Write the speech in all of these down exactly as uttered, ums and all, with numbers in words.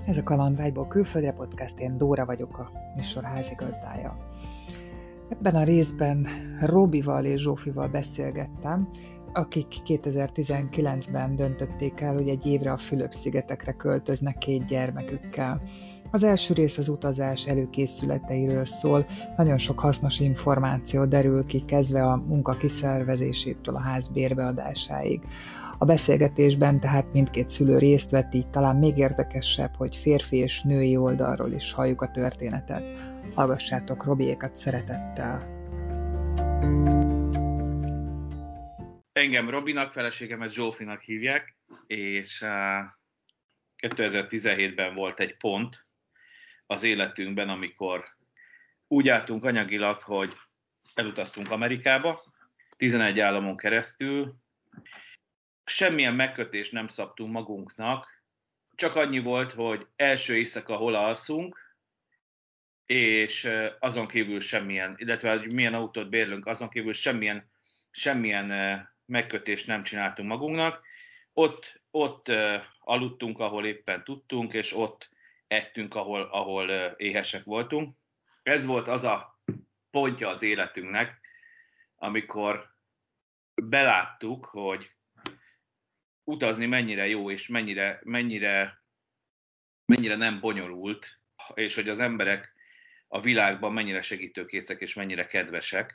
Ez a Kalandvágyból külföldre podcast, én Dóra vagyok, a műsor házigazdája. Ebben a részben Robival és Zsófival beszélgettem, akik kétezer-tizenkilencben döntötték el, hogy egy évre a Fülöp-szigetekre költöznek két gyermekükkel. Az első rész az utazás előkészületeiről szól, nagyon sok hasznos információ derül ki, kezdve a munka kiszervezésétől a ház bérbeadásáig. A beszélgetésben tehát mindkét szülő részt vett, így talán még érdekesebb, hogy férfi és női oldalról is halljuk a történetet. Hallgassátok Robiékat szeretettel! Engem Robinak, feleségemet Zsófinak hívják, és kétezer-tizenhétben volt egy pont az életünkben, amikor úgy álltunk anyagilag, hogy elutaztunk Amerikába, tizenegy államon keresztül, semmilyen megkötést nem szabtunk magunknak, csak annyi volt, hogy első éjszaka hol alszunk, és azon kívül semmilyen, illetve hogy milyen autót bérlünk, azon kívül semmilyen, semmilyen megkötést nem csináltunk magunknak. Ott, ott aludtunk, ahol éppen tudtunk, és ott ettünk, ahol, ahol éhesek voltunk. Ez volt az a pontja az életünknek, amikor beláttuk, hogy utazni mennyire jó, és mennyire, mennyire, mennyire nem bonyolult, és hogy az emberek a világban mennyire segítőkészek, és mennyire kedvesek.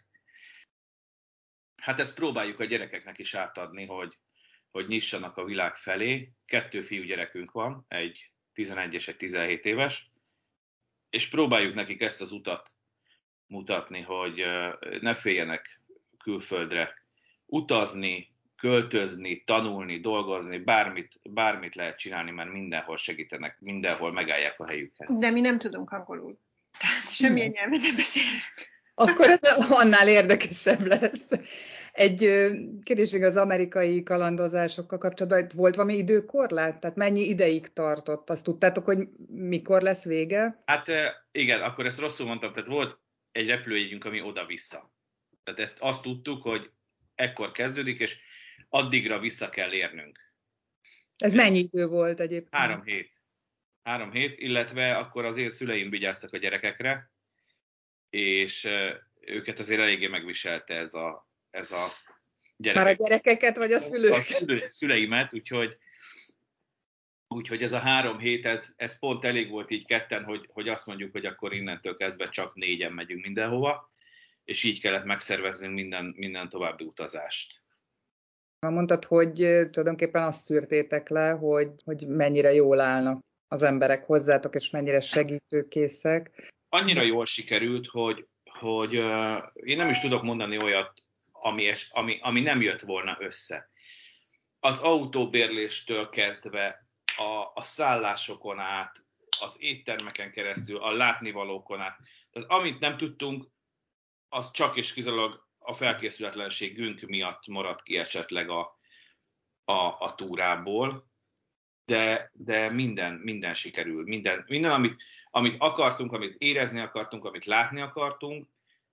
Hát ezt próbáljuk a gyerekeknek is átadni, hogy, hogy nyissanak a világ felé. Kettő fiúgyerekünk van, egy tizenegy és egy tizenhét éves, és próbáljuk nekik ezt az utat mutatni, hogy ne féljenek külföldre utazni, költözni, tanulni, dolgozni, bármit, bármit lehet csinálni, mert mindenhol segítenek, mindenhol megállják a helyüket. De mi nem tudunk angolul. Tehát semmilyen nyelven nem beszélünk. Akkor ez annál érdekesebb lesz. Egy kérdés még az amerikai kalandozásokkal kapcsolatban. Volt valami időkorlát? Tehát mennyi ideig tartott? Azt tudtátok, hogy mikor lesz vége? Hát igen, akkor ezt rosszul mondtam. Tehát volt egy repülőjegyünk, ami oda-vissza. Tehát ezt azt tudtuk, hogy ekkor kezdődik, és addigra vissza kell érnünk. Ez mennyi idő volt egyébként? Három hét. Három hét, illetve akkor az én szüleim vigyáztak a gyerekekre, és őket azért eléggé megviselte ez a, ez a gyerekek. Már a gyerekeket, vagy a szülőket? A szülő, szüleimet, úgyhogy, úgyhogy ez a három hét, ez, ez pont elég volt így ketten, hogy, hogy azt mondjuk, hogy akkor innentől kezdve csak négyen megyünk mindenhova, és így kellett megszerveznünk minden, minden további utazást. Mondtad, hogy tulajdonképpen azt szűrtétek le, hogy, hogy mennyire jól állnak az emberek hozzátok, és mennyire segítőkészek. Annyira jól sikerült, hogy, hogy uh, én nem is tudok mondani olyat, ami, es, ami, ami nem jött volna össze. Az autóbérléstől kezdve, a, a szállásokon át, az éttermeken keresztül, a látnivalókon át. Tehát amit nem tudtunk, az csak és kizárólag a felkészületlenségünk miatt maradt ki esetleg a, a, a túrából. De, de minden, minden sikerül. Minden, minden amit, amit akartunk, amit érezni akartunk, amit látni akartunk.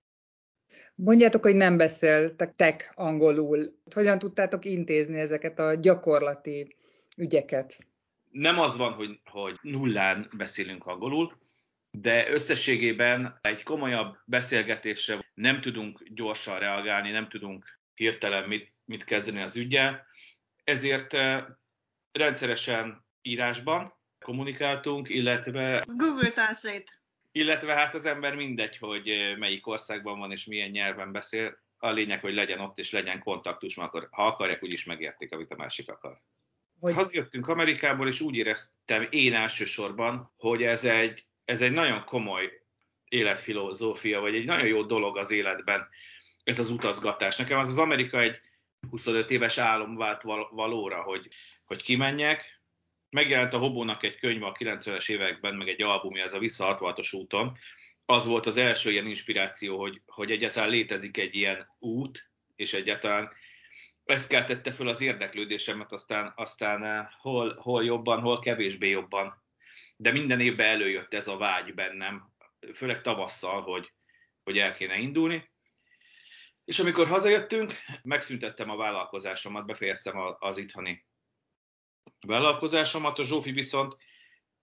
Mondjátok, hogy nem beszéltek angolul. Hogyan tudtátok intézni ezeket a gyakorlati ügyeket? Nem az van, hogy, hogy nullán beszélünk angolul, de összességében egy komolyabb beszélgetésre nem tudunk gyorsan reagálni, nem tudunk hirtelen mit, mit kezdeni az üggyel. Ezért rendszeresen írásban kommunikáltunk, illetve... Google Translate. Illetve hát az ember mindegy, hogy melyik országban van és milyen nyelven beszél. A lényeg, hogy legyen ott és legyen kontaktus, mert akkor, ha akarják, úgyis megértik, amit a másik akar. Hogy... Hazajöttünk Amerikából, és úgy éreztem én elsősorban, hogy ez egy, ez egy nagyon komoly életfilozófia, vagy egy nagyon jó dolog az életben, ez az utazgatás. Nekem az az Amerika egy huszonöt éves álom vált valóra, hogy, hogy kimenjek. Megjelent a Hobónak egy könyv a kilencvenes években, meg egy albumja, ez a Vissza hatvanhatos úton. Az volt az első ilyen inspiráció, hogy, hogy egyáltalán létezik egy ilyen út, és egyáltalán ez keltette föl az érdeklődésemet, aztán, aztán hol, hol jobban, hol kevésbé jobban. De minden évben előjött ez a vágy bennem, főleg tavasszal, hogy, hogy el kéne indulni. És amikor hazajöttünk, megszüntettem a vállalkozásomat, befejeztem az itthoni vállalkozásomat, a Zsófi viszont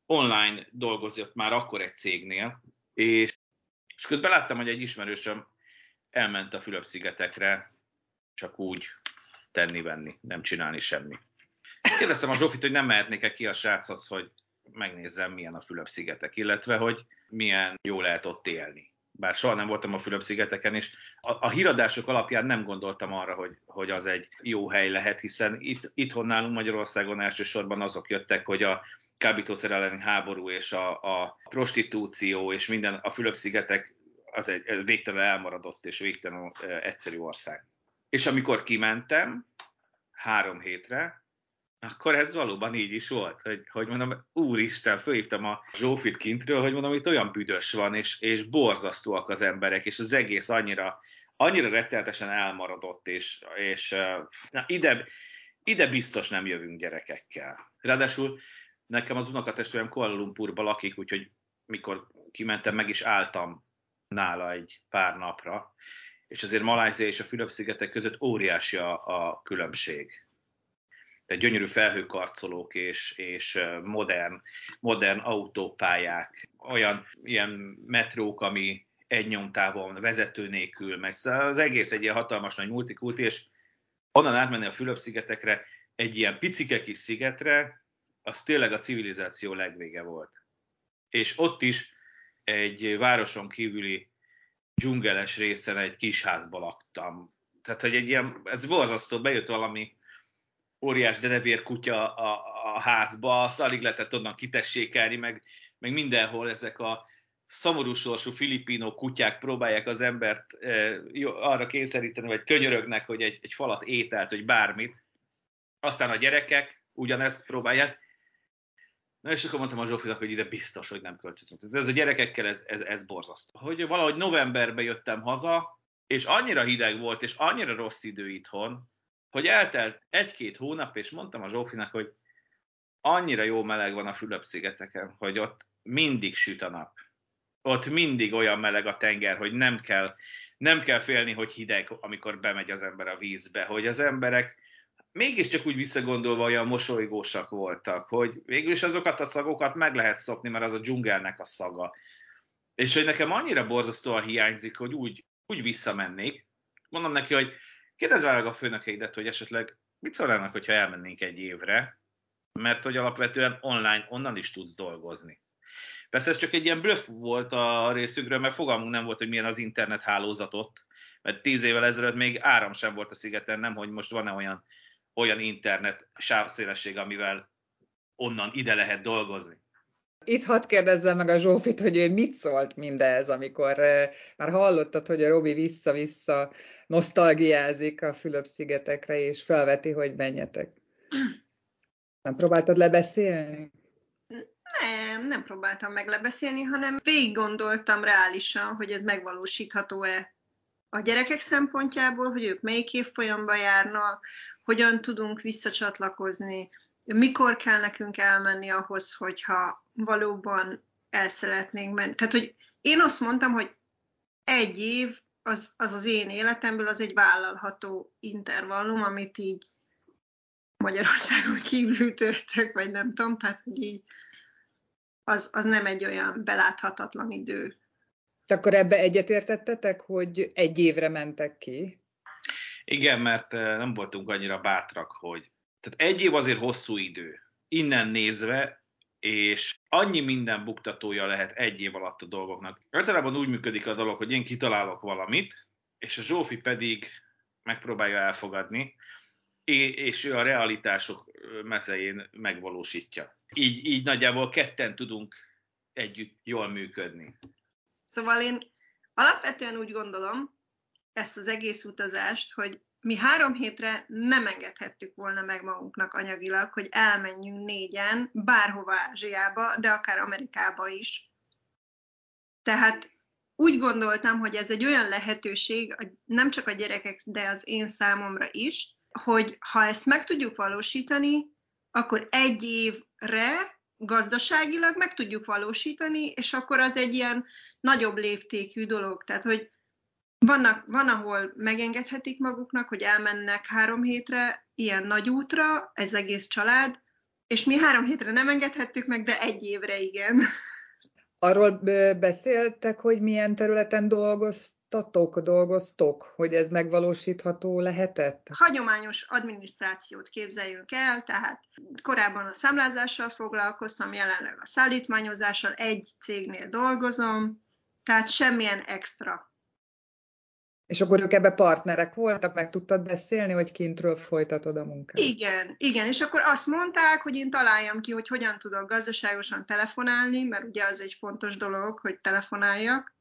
online dolgozott már akkor egy cégnél, és, és közben láttam, hogy egy ismerősöm elment a Fülöp-szigetekre csak úgy tenni-venni, nem csinálni semmi. Kérdeztem a Zsófit, hogy nem mehetnék-e ki a sráchoz, hogy megnézzem, milyen a Fülöp-szigetek, illetve, hogy milyen jó lehet ott élni. Bár soha nem voltam a Fülöp-szigeteken, és a, a híradások alapján nem gondoltam arra, hogy, hogy az egy jó hely lehet, hiszen itt, itthon nálunk Magyarországon elsősorban azok jöttek, hogy a kábítószer elleni háború és a, a prostitúció és minden, a Fülöp-szigetek az egy végtelen elmaradott és végtelen egyszerű ország. És amikor kimentem három hétre, akkor ez valóban így is volt, hogy, hogy mondom, úristen, fölhívtam a Zsófit kintről, hogy mondom, itt olyan büdös van, és, és borzasztóak az emberek, és az egész annyira, annyira rettenetesen elmaradott, és, és na, ide, ide biztos nem jövünk gyerekekkel. Ráadásul nekem az unokatestvérem Kuala Lumpurba lakik, úgyhogy mikor kimentem, meg is álltam nála egy pár napra, és azért Malajzia és a Fülöp-szigetek között óriási a, a különbség. Tehát gyönyörű felhőkarcolók és, és modern, modern autópályák, olyan ilyen metrók, ami egy nyomtávon vezető nélkül megy. Szóval az egész egy ilyen hatalmas nagy multikulti, és onnan átmenni a Fülöp-szigetekre, egy ilyen picike kis szigetre, az tényleg a civilizáció legvége volt. És ott is egy városon kívüli dzsungeles részen egy kis házba laktam. Tehát, hogy egy ilyen, ez borzasztó, bejött valami óriás denevér kutya a, a házba, azt alig lehetett onnan kitessékelni, meg, meg mindenhol ezek a szomorú sorsú filipino kutyák próbálják az embert e, arra kényszeríteni, vagy könyörögnek, hogy egy, egy falat ételt, vagy bármit. Aztán a gyerekek ugyanezt próbálják. Na és akkor mondtam a Zsófinak, hogy ide biztos, hogy nem költözünk. Ez a gyerekekkel ez, ez, ez borzasztó. Hogy valahogy novemberben jöttem haza, és annyira hideg volt, és annyira rossz idő itthon, hogy eltelt egy-két hónap, és mondtam a Zsófinak, hogy annyira jó meleg van a Fülöp-szigeteken, hogy ott mindig süt a nap. Ott mindig olyan meleg a tenger, hogy nem kell, nem kell félni, hogy hideg, amikor bemegy az ember a vízbe, hogy az emberek mégiscsak úgy visszagondolva olyan mosolygósak voltak, hogy végül is azokat a szagokat meg lehet szokni, mert az a dzsungelnek a szaga. És hogy nekem annyira borzasztóan hiányzik, hogy úgy, úgy visszamennék. Mondom neki, hogy kérdezz meg a főnökeidet, hogy esetleg mit szólnának, hogyha elmennénk egy évre, mert hogy alapvetően online onnan is tudsz dolgozni. Persze ez csak egy ilyen bluff volt a részünkről, mert fogalmunk nem volt, hogy milyen az internet hálózatot, mert tíz évvel ezelőtt még áram sem volt a szigeten, nem, hogy most van-e olyan, olyan internet sávszélesség, amivel onnan ide lehet dolgozni. Itt hadd kérdezzem meg a Zsófit, hogy ő mit szólt mindez, amikor már hallottad, hogy a Robi vissza-vissza nosztalgiázik a Fülöp-szigetekre, és felveti, hogy menjetek. Nem próbáltad lebeszélni? Nem, nem próbáltam meg lebeszélni, hanem végig gondoltam reálisan, hogy ez megvalósítható-e a gyerekek szempontjából, hogy ők melyik évfolyamban járnak, hogyan tudunk visszacsatlakozni, mikor kell nekünk elmenni ahhoz, hogyha valóban el szeretnénk menni. Tehát, hogy én azt mondtam, hogy egy év az az, az én életemből az egy vállalható intervallum, amit így Magyarországon kívül töltök, vagy nem tudom, tehát, hogy így az, az nem egy olyan beláthatatlan idő. Akkor ebbe egyetértettetek, hogy egy évre mentek ki? Igen, mert nem voltunk annyira bátrak, hogy... Tehát egy év azért hosszú idő. Innen nézve, és annyi minden buktatója lehet egy év alatt a dolgoknak. Általában úgy működik a dolog, hogy én kitalálok valamit, és a Zsófi pedig megpróbálja elfogadni, és ő a realitások mezején megvalósítja. Így, így nagyjából ketten tudunk együtt jól működni. Szóval én alapvetően úgy gondolom ezt az egész utazást, hogy mi három hétre nem engedhettük volna meg magunknak anyagilag, hogy elmenjünk négyen bárhova Ázsiába, de akár Amerikába is. Tehát úgy gondoltam, hogy ez egy olyan lehetőség, nem csak a gyerekek, de az én számomra is, hogy ha ezt meg tudjuk valósítani, akkor egy évre gazdaságilag meg tudjuk valósítani, és akkor az egy ilyen nagyobb léptékű dolog. Tehát, hogy vannak, van, ahol megengedhetik maguknak, hogy elmennek három hétre ilyen nagy útra, ez egész család, és mi három hétre nem engedhettük meg, de egy évre igen. Arról beszéltek, hogy milyen területen dolgoztatok, dolgoztok, hogy ez megvalósítható lehetett? Hagyományos adminisztrációt képzeljünk el, tehát korábban a számlázással foglalkoztam, jelenleg a szállítmányozással, egy cégnél dolgozom, tehát semmilyen extra. És akkor ők ebbe partnerek voltak, meg tudtad beszélni, hogy kintről folytatod a munkát? Igen, igen, és akkor azt mondták, hogy én találjam ki, hogy hogyan tudok gazdaságosan telefonálni, mert ugye az egy fontos dolog, hogy telefonáljak,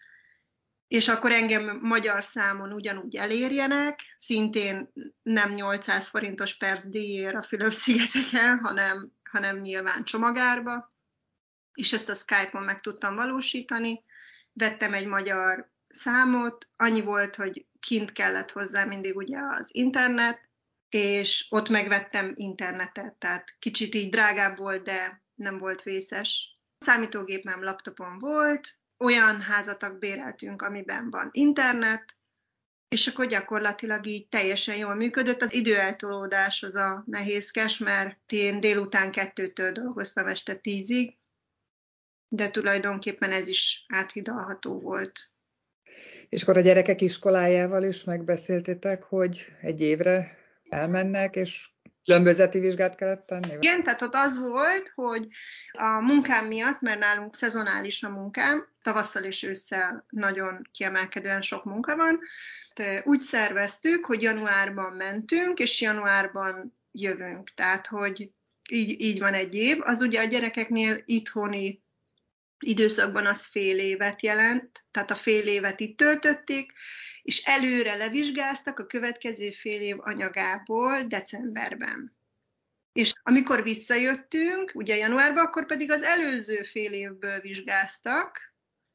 és akkor engem magyar számon ugyanúgy elérjenek, szintén nem nyolcszáz forintos perc díjért a Fülöp-szigeteken, hanem, hanem nyilván csomagárba, és ezt a Skype-on meg tudtam valósítani. Vettem egy magyar számot, annyi volt, hogy kint kellett hozzá mindig ugye az internet, és ott megvettem internetet, tehát kicsit így drágább volt, de nem volt vészes. Számítógépem, laptopom volt, olyan házatak béreltünk, amiben van internet, és akkor gyakorlatilag így teljesen jól működött. Az időeltolódás az a nehézkes, mert én délután kettőtől dolgoztam este tízig, de tulajdonképpen ez is áthidalható volt. És akkor a gyerekek iskolájával is megbeszéltétek, hogy egy évre elmennek, és különbözeti vizsgát kellett tenni? Igen, tehát ott az volt, hogy a munkám miatt, mert nálunk szezonális a munkám, tavasszal és ősszel nagyon kiemelkedően sok munka van, úgy szerveztük, hogy januárban mentünk, és januárban jövünk. Tehát, hogy így, így van egy év. Az ugye a gyerekeknél itthoni időszakban az fél évet jelent, tehát a fél évet itt töltötték, és előre levizsgáztak a következő fél év anyagából decemberben. És amikor visszajöttünk, ugye januárban, akkor pedig az előző fél évből vizsgáztak.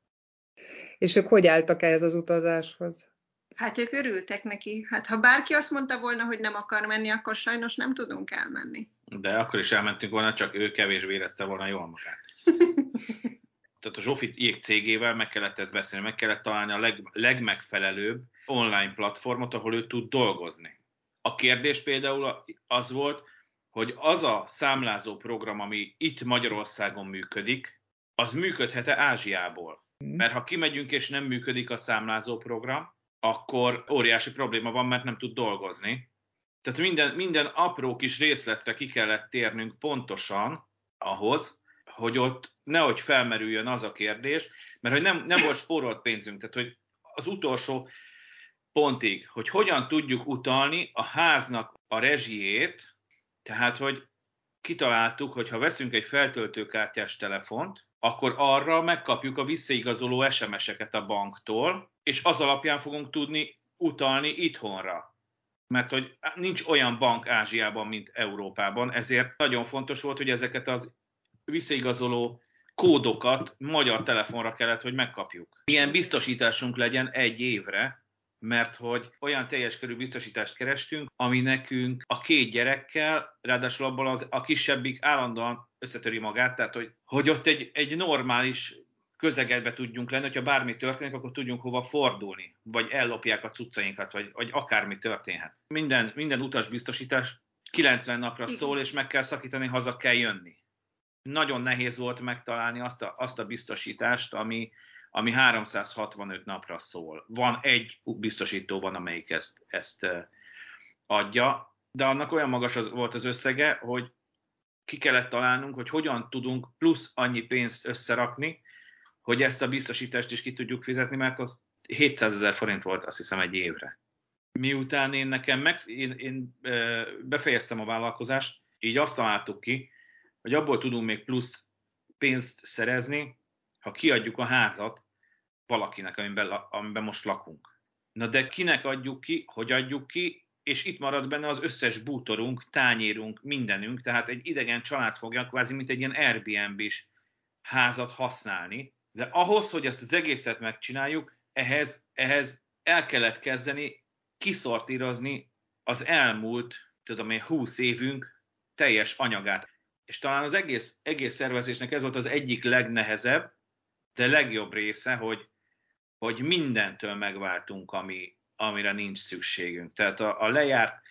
És ők hogy álltak ehhez az utazáshoz? Hát ők örültek neki. Hát ha bárki azt mondta volna, hogy nem akar menni, akkor sajnos nem tudunk elmenni. De akkor is elmentünk volna, csak ő kevésbé érezte volna jól magát. Tehát a Zsófit jég cégével meg kellett ezt beszélni, meg kellett találni a leg, legmegfelelőbb online platformot, ahol ő tud dolgozni. A kérdés például az volt, hogy az a számlázó program, ami itt Magyarországon működik, az működhet-e Ázsiából? Mert ha kimegyünk és nem működik a számlázó program, akkor óriási probléma van, mert nem tud dolgozni. Tehát minden, minden apró kis részletre ki kellett térnünk pontosan ahhoz, hogy ott nehogy felmerüljön az a kérdés, mert hogy nem, nem volt spórolt pénzünk, tehát hogy az utolsó pontig, hogy hogyan tudjuk utalni a háznak a rezsijét, tehát hogy kitaláltuk, hogy ha veszünk egy feltöltőkártyás telefont, akkor arra megkapjuk a visszaigazoló es em es-eket a banktól, és az alapján fogunk tudni utalni itthonra. Mert hogy nincs olyan bank Ázsiában, mint Európában, ezért nagyon fontos volt, hogy ezeket az visszaigazoló kódokat magyar telefonra kellett, hogy megkapjuk. Ilyen biztosításunk legyen egy évre, mert hogy olyan teljes körű biztosítást kerestünk, ami nekünk a két gyerekkel, ráadásul abban az, a kisebbik állandóan összetöri magát, tehát hogy, hogy ott egy, egy normális közegedbe tudjunk lenni, hogyha bármi történik, akkor tudjunk hova fordulni, vagy ellopják a cuccainkat, vagy, vagy akármi történhet. Minden, minden utasbiztosítás kilencven napra szól, és meg kell szakítani, haza kell jönni. Nagyon nehéz volt megtalálni azt a, azt a biztosítást, ami, ami háromszázhatvanöt napra szól. Van egy biztosító, van, amelyik ezt, ezt adja, de annak olyan magas az, volt az összege, hogy ki kellett találnunk, hogy hogyan tudunk plusz annyi pénzt összerakni, hogy ezt a biztosítást is ki tudjuk fizetni, mert az hétszázezer forint volt, azt hiszem, egy évre. Miután én nekem meg, én, én befejeztem a vállalkozást, így azt találtuk ki, hogy abból tudunk még plusz pénzt szerezni, ha kiadjuk a házat valakinek, amiben, amiben most lakunk. Na de kinek adjuk ki, hogy adjuk ki, és itt marad benne az összes bútorunk, tányérunk, mindenünk, tehát egy idegen család fogja kvázi, mint egy ilyen Airbnb-s házat használni, de ahhoz, hogy ezt az egészet megcsináljuk, ehhez, ehhez el kellett kezdeni kiszortírozni az elmúlt, tudom én, húsz évünk teljes anyagát. És talán az egész, egész szervezésnek ez volt az egyik legnehezebb, de legjobb része, hogy, hogy mindentől megváltunk, ami, amire nincs szükségünk. Tehát a, a lejárt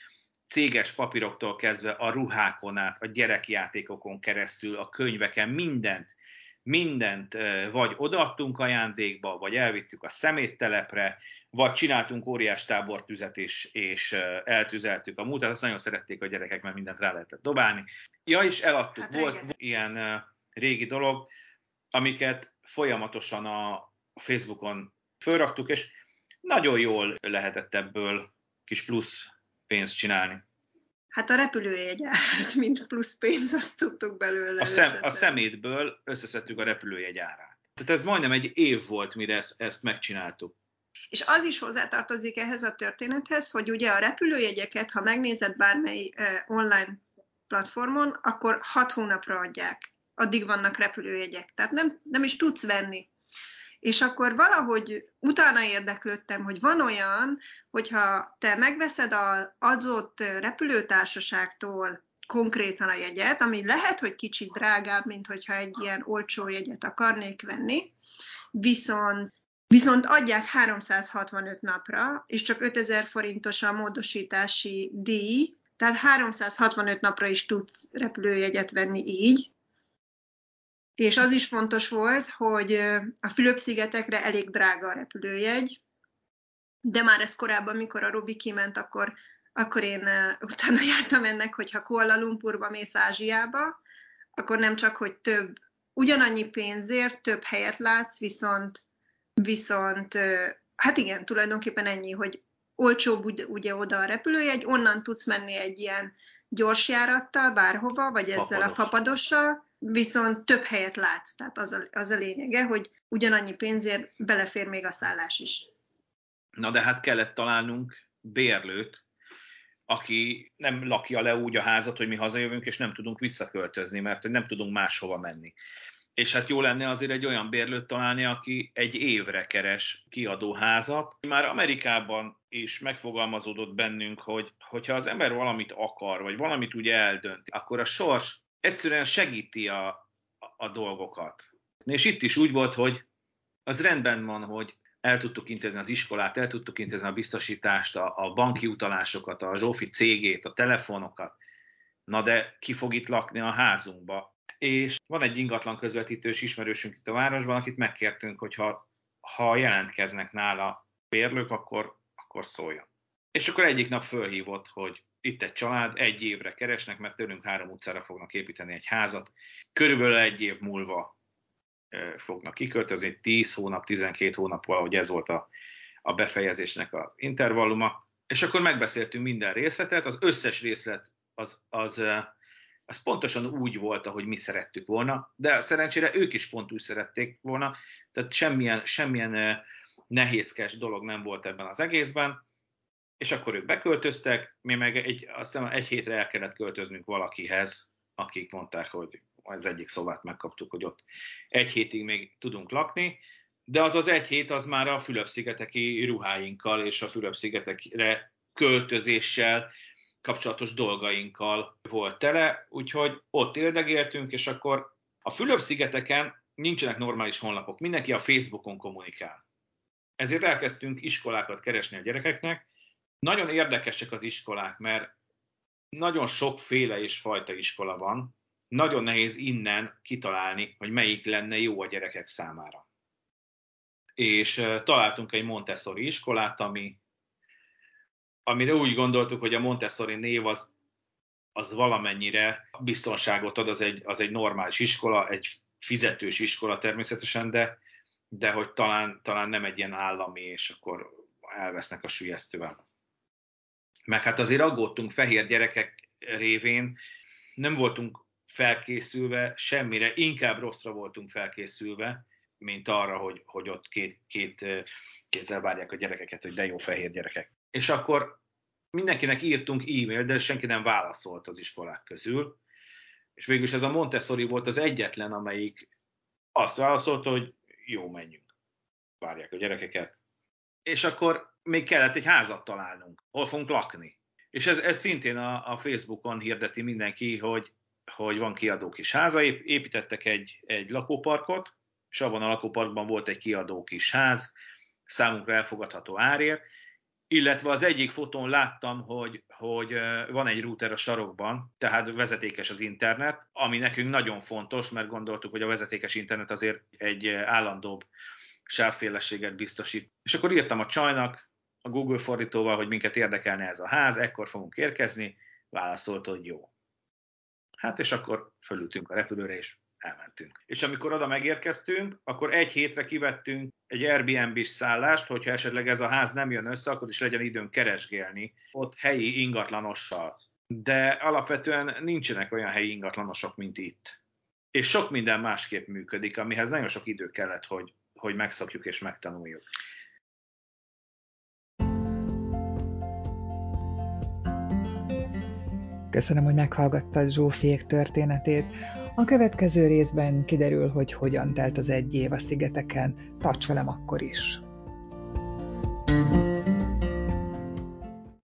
céges papíroktól kezdve a ruhákon át, a gyerekjátékokon keresztül, a könyveken, mindent, mindent vagy odaadtunk ajándékba, vagy elvittük a szeméttelepre, vagy csináltunk óriás tábortüzet és, és eltüzeltük a múltat. Azt nagyon szerették a gyerekek, mert mindent rá lehetett dobálni. Ja, és eladtuk. Hát volt régen. Ilyen régi dolog, amiket folyamatosan a Facebookon fölraktuk, és nagyon jól lehetett ebből kis plusz pénzt csinálni. Hát a repülőjegyárat, mint plusz pénz, azt tudtuk belőle a, szem, a szemétből összeszedtük a repülőjegyárát. Tehát ez majdnem egy év volt, mire ezt, ezt megcsináltuk. És az is hozzátartozik ehhez a történethez, hogy ugye a repülőjegyeket, ha megnézed bármely eh, online platformon, akkor hat hónapra adják. Addig vannak repülőjegyek. Tehát nem, nem is tudsz venni. És akkor valahogy utána érdeklődtem, hogy van olyan, hogyha te megveszed az adott repülőtársaságtól konkrétan a jegyet, ami lehet, hogy kicsit drágább, mint hogyha egy ilyen olcsó jegyet akarnék venni, viszont, viszont adják háromszázhatvanöt napra, és csak ötezer forintos a módosítási díj, tehát háromszázhatvanöt napra is tudsz repülőjegyet venni így. És az is fontos volt, hogy a Fülöp-szigetekre elég drága a repülőjegy, de már ez korábban, mikor a Robi kiment, akkor, akkor én utána jártam ennek, hogyha Kuala Lumpurba mész Ázsiába, akkor nem csak, hogy több, ugyanannyi pénzért több helyet látsz, viszont, viszont hát igen, tulajdonképpen ennyi, hogy olcsóbb ugye oda a repülőjegy, onnan tudsz menni egy ilyen gyors járattal bárhova, vagy ezzel Fapados. a fapadossal, viszont több helyet látsz. Tehát az a, az a lényege, hogy ugyanannyi pénzért belefér még a szállás is. Na de hát kellett találnunk bérlőt, aki nem lakja le úgy a házat, hogy mi hazajövünk, és nem tudunk visszaköltözni, mert hogy nem tudunk máshova menni. És hát jó lenne azért egy olyan bérlőt találni, aki egy évre keres kiadóházat. Már Amerikában is megfogalmazódott bennünk, hogy hogyha az ember valamit akar, vagy valamit úgy eldönt, akkor a sors egyszerűen segíti a, a, a dolgokat. És itt is úgy volt, hogy az rendben van, hogy el tudtuk intézni az iskolát, el tudtuk intézni a biztosítást, a, a banki utalásokat, a Zsófi cégét, a telefonokat. Na de ki fog itt lakni a házunkba? És van egy ingatlan közvetítős ismerősünk itt a városban, akit megkértünk, hogy ha, ha jelentkeznek nála bérlők, akkor, akkor szóljon. És akkor egyik nap fölhívott, hogy itt egy család, egy évre keresnek, mert tőlünk három utcára fognak építeni egy házat. Körülbelül egy év múlva e, fognak kiköltözni, tíz hónap, tizenkét hónap valahogy ez volt a, a befejezésnek az intervalluma. És akkor megbeszéltünk minden részletet, az összes részlet az, az, az pontosan úgy volt, ahogy mi szerettük volna, de szerencsére ők is pont úgy szerették volna, tehát semmilyen, semmilyen nehézkes dolog nem volt ebben az egészben, és akkor ők beköltöztek, mi meg egy, azt hiszem, egy hétre el kellett költöznünk valakihez, akik mondták, hogy az egyik szobát megkaptuk, hogy ott egy hétig még tudunk lakni, de az az egy hét az már a Fülöp-szigeteki ruháinkkal és a Fülöp-szigetekre költözéssel kapcsolatos dolgainkkal volt tele, úgyhogy ott éldegéltünk, és akkor a Fülöp-szigeteken nincsenek normális honlapok, mindenki a Facebookon kommunikál. Ezért elkezdtünk iskolákat keresni a gyerekeknek. Nagyon érdekesek az iskolák, mert nagyon sokféle és fajta iskola van. Nagyon nehéz innen kitalálni, hogy melyik lenne jó a gyerekek számára. És uh, találtunk egy Montessori iskolát, ami, amire úgy gondoltuk, hogy a Montessori név az, az valamennyire biztonságot ad, az egy, az egy normális iskola, egy fizetős iskola természetesen, de, de hogy talán, talán nem egy ilyen állami, és akkor elvesznek a sülyeztővel. Meg hát azért aggódtunk fehér gyerekek révén, nem voltunk felkészülve semmire, inkább rosszra voltunk felkészülve, mint arra, hogy, hogy ott két, két kézzel várják a gyerekeket, hogy de jó fehér gyerekek. És akkor mindenkinek írtunk e-mail, de senki nem válaszolt az iskolák közül, és végülis ez a Montessori volt az egyetlen, amelyik azt válaszolta, hogy jó, menjünk, várják a gyerekeket. És akkor még kellett egy házat találnunk, hol fogunk lakni. És ez, ez szintén a, a Facebookon hirdeti mindenki, hogy, hogy van kiadó kis háza, építettek egy, egy lakóparkot, és abban a lakóparkban volt egy kiadó kis ház, számunkra elfogadható árért, illetve az egyik fotón láttam, hogy, hogy van egy router a sarokban, tehát vezetékes az internet, ami nekünk nagyon fontos, mert gondoltuk, hogy a vezetékes internet azért egy állandóbb sávszélességet biztosít. És akkor írtam a csajnak, a Google fordítóval, hogy minket érdekelne ez a ház, ekkor fogunk érkezni, válaszolt, hogy jó. Hát és akkor fölültünk a repülőre, és elmentünk. És amikor oda megérkeztünk, akkor egy hétre kivettünk egy Airbnb-s szállást, hogyha esetleg ez a ház nem jön össze, akkor is legyen időnk keresgélni ott helyi ingatlanossal. De alapvetően nincsenek olyan helyi ingatlanosok, mint itt. És sok minden másképp működik, amihez nagyon sok idő kellett, hogy, hogy megszokjuk és megtanuljuk. Köszönöm, hogy meghallgattad Zsófiék történetét. A következő részben kiderül, hogy hogyan telt az egy év a szigeteken. Tarts velem akkor is!